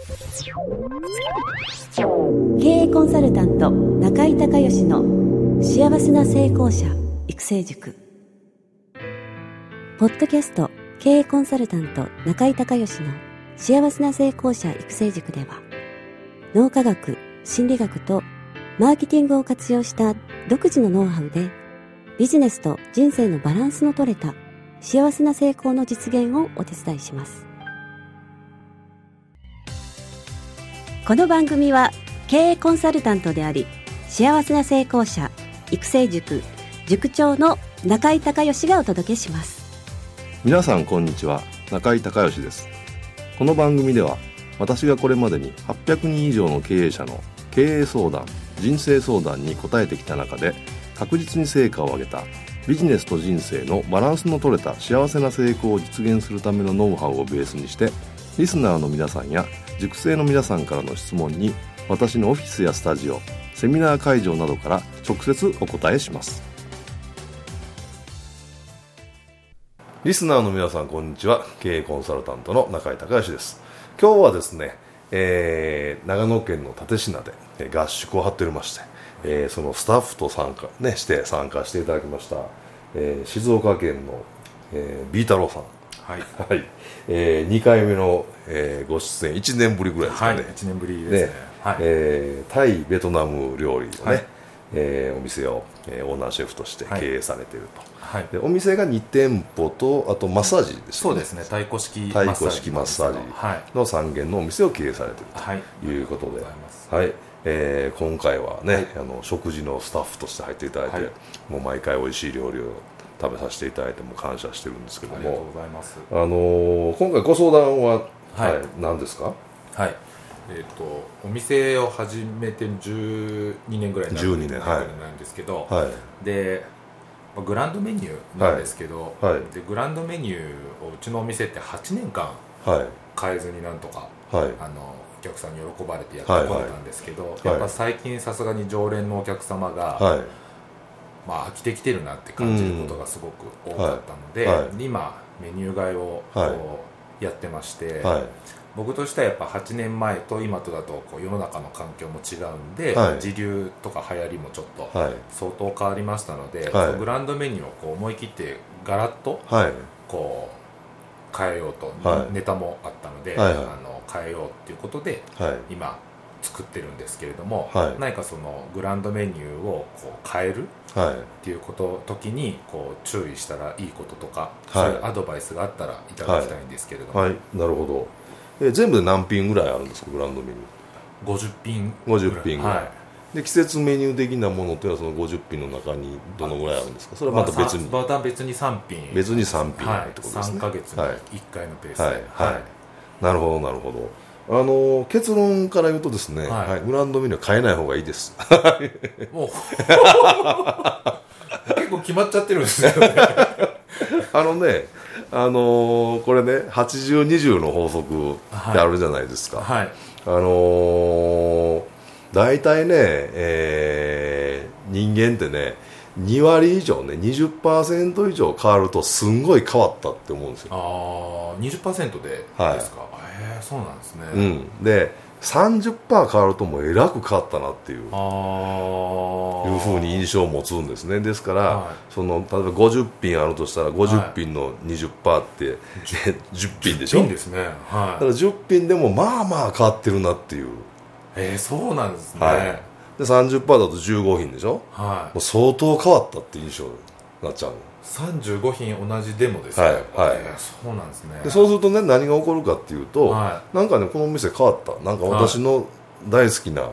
経営コンサルタント中井孝義の幸せな成功者育成塾。ポッドキャスト経営コンサルタント中井孝義の幸せな成功者育成塾では、脳科学、心理学とマーケティングを活用した独自のノウハウで、ビジネスと人生のバランスの取れた幸せな成功の実現をお手伝いします。この番組は経営コンサルタントであり、幸せな成功者育成塾塾長の中井孝義がお届けします。 皆さんこんにちは、中井孝義です。この番組では、私がこれまでに800人以上の経営者の経営相談、人生相談に答えてきた中で、確実に成果を上げたビジネスと人生のバランスの取れた幸せな成功を実現するためのノウハウをベースにして、リスナーの皆さんや塾生の皆さんからの質問に、私のオフィスやスタジオ、セミナー会場などから直接お答えします。リスナーの皆さんこんにちは、経営コンサルタントの中井孝義です。今日はですね、長野県の蓼科で合宿を張っておりまして、そのスタッフと参加していただきました、静岡県の、ビー太郎さん、はいはい、2回目の、ご出演、1年ぶりぐらいですかね。はい、1年ぶりですね。はい、タイベトナム料理のね、お店を、オーナーシェフとして経営されていると、はい、でお店が2店舗と、あとマッサージですね。そうですね、太鼓式マッサージの3軒のお店を経営されているということで、はい、今回はね、食事のスタッフとして入っていただいて、もう毎回おいしい料理を食べさせていただいても感謝してるんですけども、ありがとうございます。今回ご相談は、何ですか？はい、 お店を始めて12年ぐらいになるんですけど、でグランドメニューなんですけど、でグランドメニューをうちのお店って8年間変えずになんとか、お客さんに喜ばれてやってこれたんですけど、やっぱ最近さすがに常連のお客様が、飽きてきてるなって感じることがすごく多かったので、今メニュー替えをやってまして、僕としてはやっぱ8年前と今とだとこう世の中の環境も違うんで、時流とか流行りもちょっと相当変わりましたので、グランドメニューをこう思い切ってガラッとこう変えようと、ネタもあったので、変えようっていうことで今作ってるんですけれども、何かそのグランドメニューをこう変えるっていう時にこう注意したらいいこととか、そういうアドバイスがあったらいただきたいんですけれども。 なるほど。全部で何品ぐらいあるんですか、グランドメニュー？50品ぐらい、で季節メニュー的なものというのはその50品の中にどのぐらいあるんですか？それはまた別に別に3品ってことですね。 3ヶ月に1回のペースで、 なるほどなるほど。結論から言うとですね、グランドメニューは変えない方がいいです。 もう結構決まっちゃってるんですよね。 これね、80-20の法則ってあるじゃないですか。大体ね、人間ってね、2割以上ね、20% 以上変わるとすんごい変わったって思うんですよ。 20% でですか？そうなんですね。 で 30% 変わるともうえらく変わったなっていうふうに印象を持つんですね。ですから、その例えば50品あるとしたら50品の 20% って10品でしょ。10品ですね。だから10品でもまあまあ変わってるなっていう。 そうなんですね。 で 30% だと15品でしょ。もう相当変わったって印象になっちゃうの。 35品同じでもですか？そうなんですね。 でそうするとね、何が起こるかっていうと、なんかね、この店変わった、なんか私の大好きな、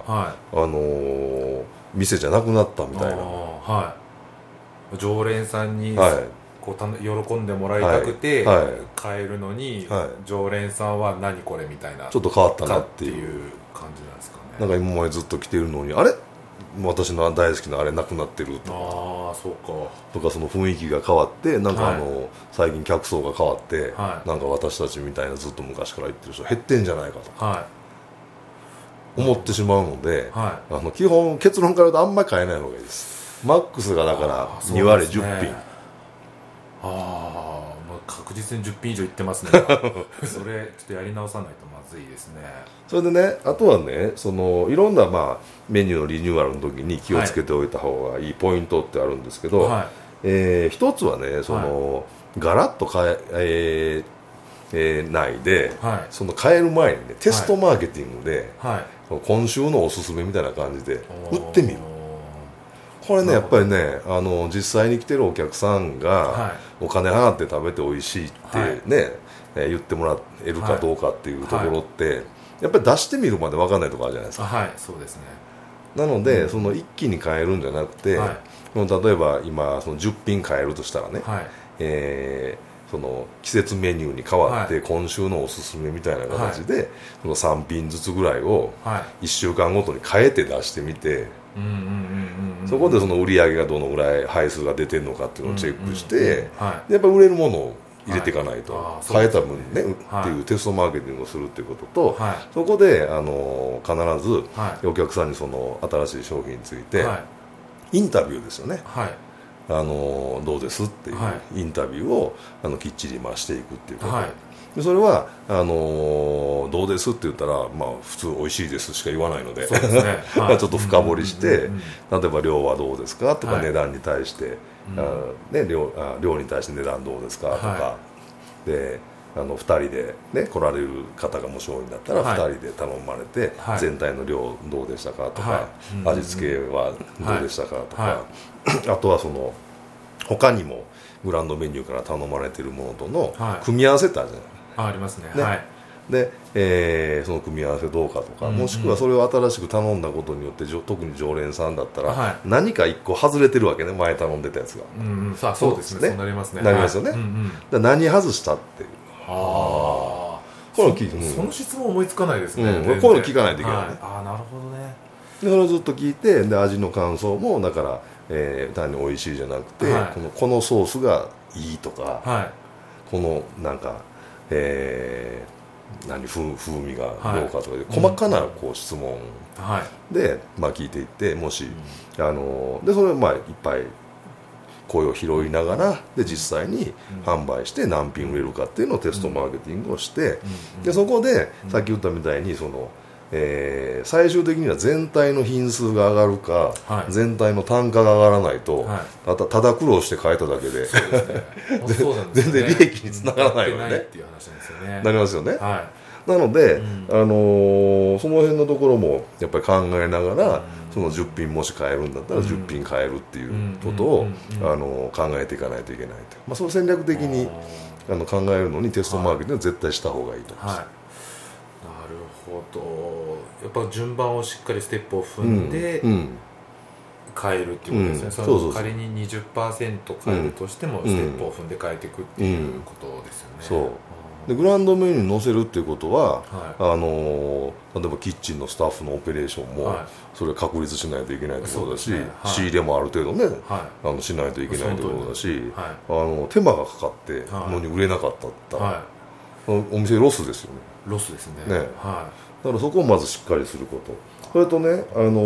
店じゃなくなったみたいな、 常連さんにこう喜んでもらいたくて変えるのに、常連さんは何これみたいな、 ちょっと変わったなっていう感じなんですかね。 なんか今までずっと来てるのに、あれ私の大好きなあれなくなってるとか、とかその雰囲気が変わって、なんか最近客層が変わって、なんか私たちみたいなずっと昔から言ってる人減ってんじゃないかと思ってしまうので、基本結論から言うとあんまり変えない方がいいです。マックスがだから2割10品。 確実に10品以上いってますねそれちょっとやり直さないとまずいですね。 それでね、あとはね、いろんな、メニューのリニューアルの時に気をつけておいた方がいいポイントってあるんですけど、一つはね、ガラッとないで、変える前にね、テストマーケティングで、今週のおすすめみたいな感じで売ってみる。これね、やっぱりね、実際に来てるお客さんが、お金払って食べて美味しいってね、言ってもらえるかどうかっていうところって、やっぱり出してみるまで分かんないところあるじゃないですか。 そうですね。 なので、一気に変えるんじゃなくて、例えば今10品変えるとしたらね、季節メニューに変わって、今週のおすすめみたいな形で、3品ずつぐらいを1週間ごとに変えて出してみて、そこで売り上げがどのぐらい配数が出てるのかっていうのをチェックして、やっぱり売れるものを入れていかないと、変えた分ね、っていうテストマーケティングをするっていうことと、そこで必ずお客さんに新しい商品についてインタビューですよね、どうですっていうインタビューをきっちりしていくっていうことで、それはどうですって言ったら、普通美味しいですしか言わないので、ちょっと深掘りして、例えば量はどうですかとか、値段に対して量に対して値段どうですかとか、で2人で、来られる方がもし多いんだったら2人で頼まれて、全体の量どうでしたかとか、味付けはどうでしたかとか、あとは他にもグランドメニューから頼まれているものとの組み合わせってあるじゃない。 ありますね。 で、その組み合わせどうかとか、もしくはそれを新しく頼んだことによって特に常連さんだったら、何か1個外れてるわけね、前頼んでたやつが。 そうですね。そうなりますね。 なりますよね。何外したっていう。 その質問思いつかないですね。 こういうの聞かないといけないね。 なるほどね。 でそれをずっと聞いて、で味の感想もだから、単に美味しいじゃなくて、このソースがいいとか、このなんか風味がどうかとかで、細かな質問で、聞いていって、もし、でそれをいっぱい声を拾いながら、で実際に販売して何品売れるかっていうのをテストマーケティングをして、でそこでさっき言ったみたいに最終的には全体の品数が上がるか、全体の単価が上がらないと、ただ苦労して変えただけで全然利益につながらないのでね、なりますよね。なので、その辺のところもやっぱり考えながら、その10品もし変えるんだったら10品変えるっていうことを考えていかないといけないと、その戦略的に考えるのにテストマーケティングは絶対した方がいいと思います。 やっぱ順番をしっかりステップを踏んで変えるっていうことですね。仮に 20% 変えるとしてもステップを踏んで変えていくっていうことですよね。 でグランドメニューに載せるっていうことは、例えばキッチンのスタッフのオペレーションもそれを確立しないといけないところだし、仕入れもある程度ね、しないといけないところだし、手間がかかってのに売れなかったら、お店ロスですよね。 ロスですね。 だからそこをまずしっかりすること。それとね、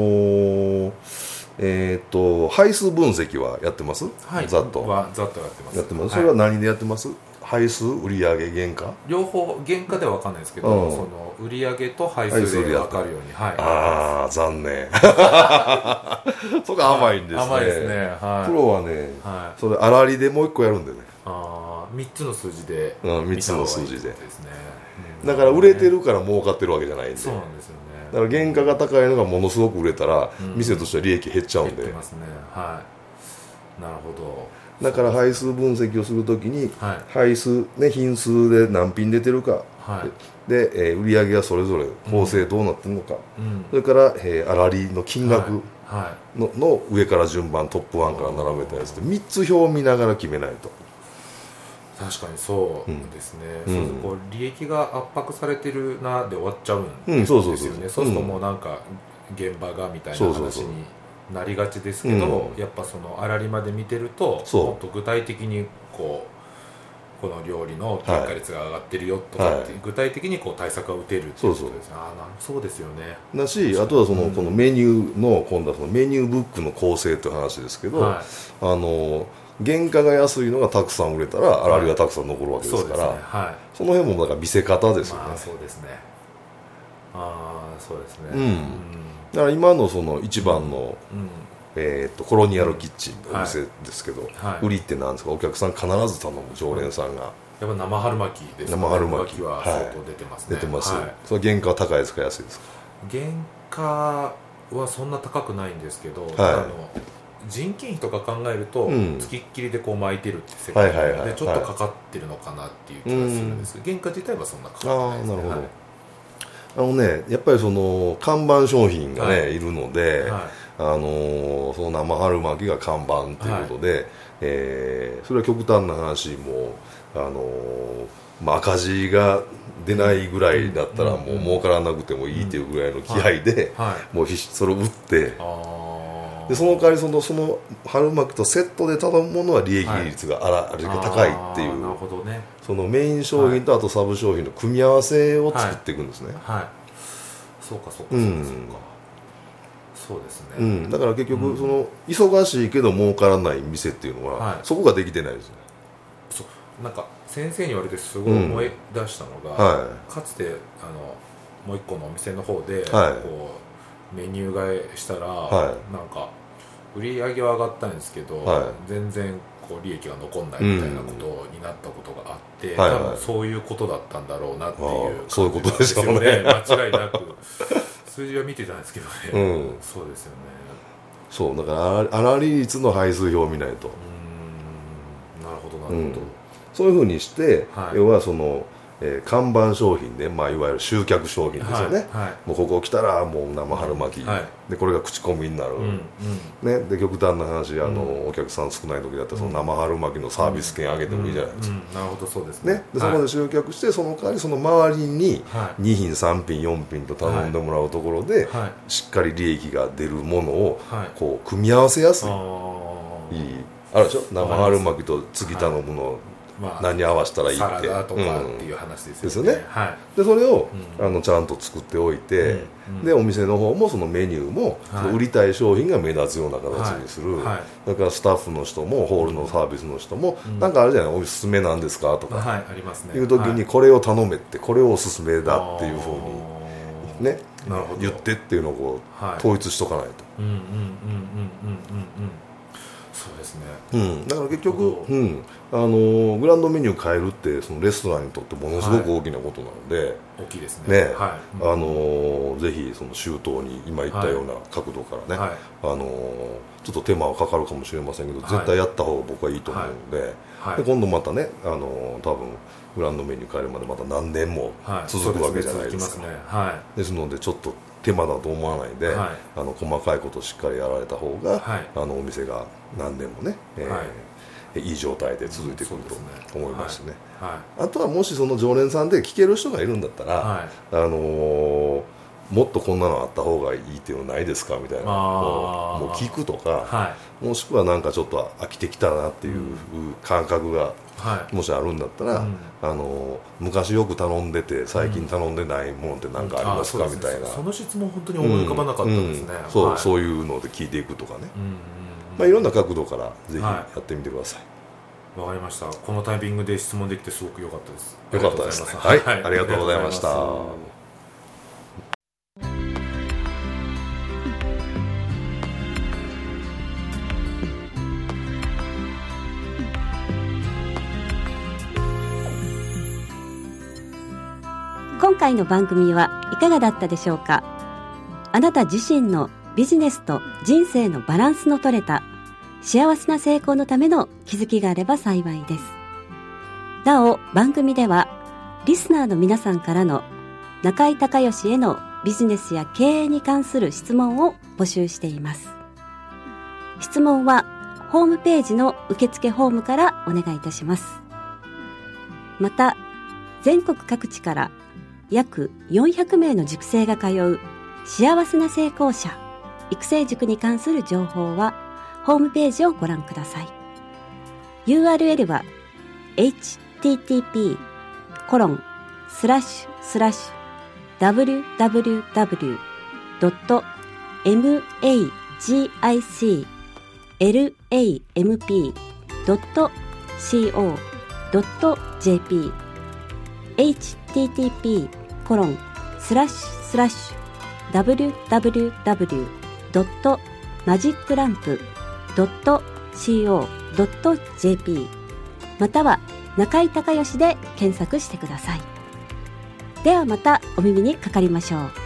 配数分析はやってます？ざっとやってます。 それは何でやってます？配数、売上、原価？ 両方、原価では分かんないですけど、その売上と配数で分かるように。 ああ、残念。そこ甘いんですね。 甘いですね。 プロはね、それ粗利でもう一個やるんでね。 3つの数字で。 3つの数字で。だから売れてるから儲かってるわけじゃないんで。 そうなんですよね。 だから原価が高いのがものすごく売れたら、店としては利益減っちゃうんで。 減ってますね。なるほど。 だから配数分析をするときに、配数、品数で何品出てるか、で、売上がそれぞれ構成どうなってるのか、それから粗利の金額の上から順番トップ1から並べたやつで3つ表を見ながら決めないと。 確かにそうですね。利益が圧迫されてるなで終わっちゃうんですよね。そうするともうなんか現場がみたいな話になりがちですけど、やっぱその粗利まで見てるともっと具体的にこの料理の原価率が上がってるよとかって具体的に対策が打てるっていうことですね。そうですよね。 だし、あとはこのメニューの今度はそのメニューブックの構成という話ですけど、 原価が安いのがたくさん売れたら粗利がたくさん残るわけですから、その辺もだから見せ方ですよね。 そうですね。そうですね。 だから今のその一番の、コロニアルキッチンのお店ですけど、売りって何ですか？お客さん必ず頼む常連さんが、 やっぱ生春巻きですね。 生春巻きは相当出てますね。 出てます。その原価は高いですか安いですか？ 原価はそんな高くないんですけど、人件費とか考えると付きっきりでこう巻いてるって世界でちょっとかかってるのかなっていう気がするんです。原価自体はそんなかかってないですね。 なるほど。やっぱりその看板商品がねいるので、その生春巻きが看板ということで、それは極端な話も赤字が出ないぐらいだったらもう儲からなくてもいいというぐらいの気合でもうそれを売って、でその代わりその春巻きとセットで頼むものは利益率が高いっていう、そのメイン商品とあとサブ商品の組み合わせを作っていくんですね。 そうかそうですね。だから結局その忙しいけど儲からない店っていうのはそこができてないですね。 なんか先生に言われてすごい思い出したのが、かつてもう一個のお店の方でこうメニュー替えしたら、なんか売り上げは上がったんですけど、全然こう利益が残んないみたいなことになったことがあって、多分そういうことだったんだろうなっていうそういうことですよね。 間違いなく数字は見てたんですけどね。そうですよね。 そうだから粗利率の配数表を見ないと。 なるほどなるほど。 そういうふうにして、要はその、看板商品で、いわゆる集客商品ですよね。もうここ来たらもう生春巻き、でこれが口コミになる、で極端な話お客さん少ない時だったらその生春巻きのサービス券あげてもいいじゃないですか。 なるほどそうですね。 でそこで集客してその代わりその周りに2品3品4品と頼んでもらうところで、しっかり利益が出るものをこう組み合わせやすい、あるでしょ。生春巻きと次頼むの何合わせたらいいって、 サラダとかっていう話ですよね。でそれをちゃんと作っておいて、でお店の方もそのメニューも売りたい商品が目立つような形にする。だからスタッフの人もホールのサービスの人もなんかあれじゃない、おすすめなんですかとかいう時にこれを頼めってこれをおすすめだっていうふうにね言ってっていうのをこう統一しとかないと。 そうですね。 だから結局、グランドメニュー変えるってそのレストランにとってものすごく大きなことなので、 大きいですね。 ぜひその周到に今言ったような角度からね、ちょっと手間はかかるかもしれませんけど、絶対やった方が僕はいいと思うので、で今度またね多分グランドメニュー変えるまでまた何年も続くわけじゃないですか。ですのでちょっと手間だと思わないで、細かいことをしっかりやられた方が、お店が何年もね、いい状態で続いてくると思いますね。あとはもしその常連さんで聞ける人がいるんだったら、もっとこんなのあった方がいいっていうのないですかみたいなもう聞くとか、もしくはなんかちょっと飽きてきたなっていう感覚がもしあるんだったら、昔よく頼んでて最近頼んでないものって何かありますかみたいな、 その質問本当に思い浮かばなかったですね。 そういうので聞いていくとかね、いろんな角度からぜひやってみてください。 わかりました。このタイミングで質問できてすごく良かったです。 良かったですね。はい、ありがとうございました。 今回の番組はいかがだったでしょうか。あなた自身のビジネスと人生のバランスの取れた幸せな成功のための気づきがあれば幸いです。なお番組ではリスナーの皆さんからの中井孝義へのビジネスや経営に関する質問を募集しています。質問はホームページの受付フォームからお願いいたします。また全国各地から約400名の塾生が通う幸せな成功者育成塾に関する情報はホームページをご覧ください。 URL は http://www.magiclamp www.magicplant.co.jp http://www.magiclamp.co.jp または中井孝義で検索してください。ではまたお耳にかかりましょう。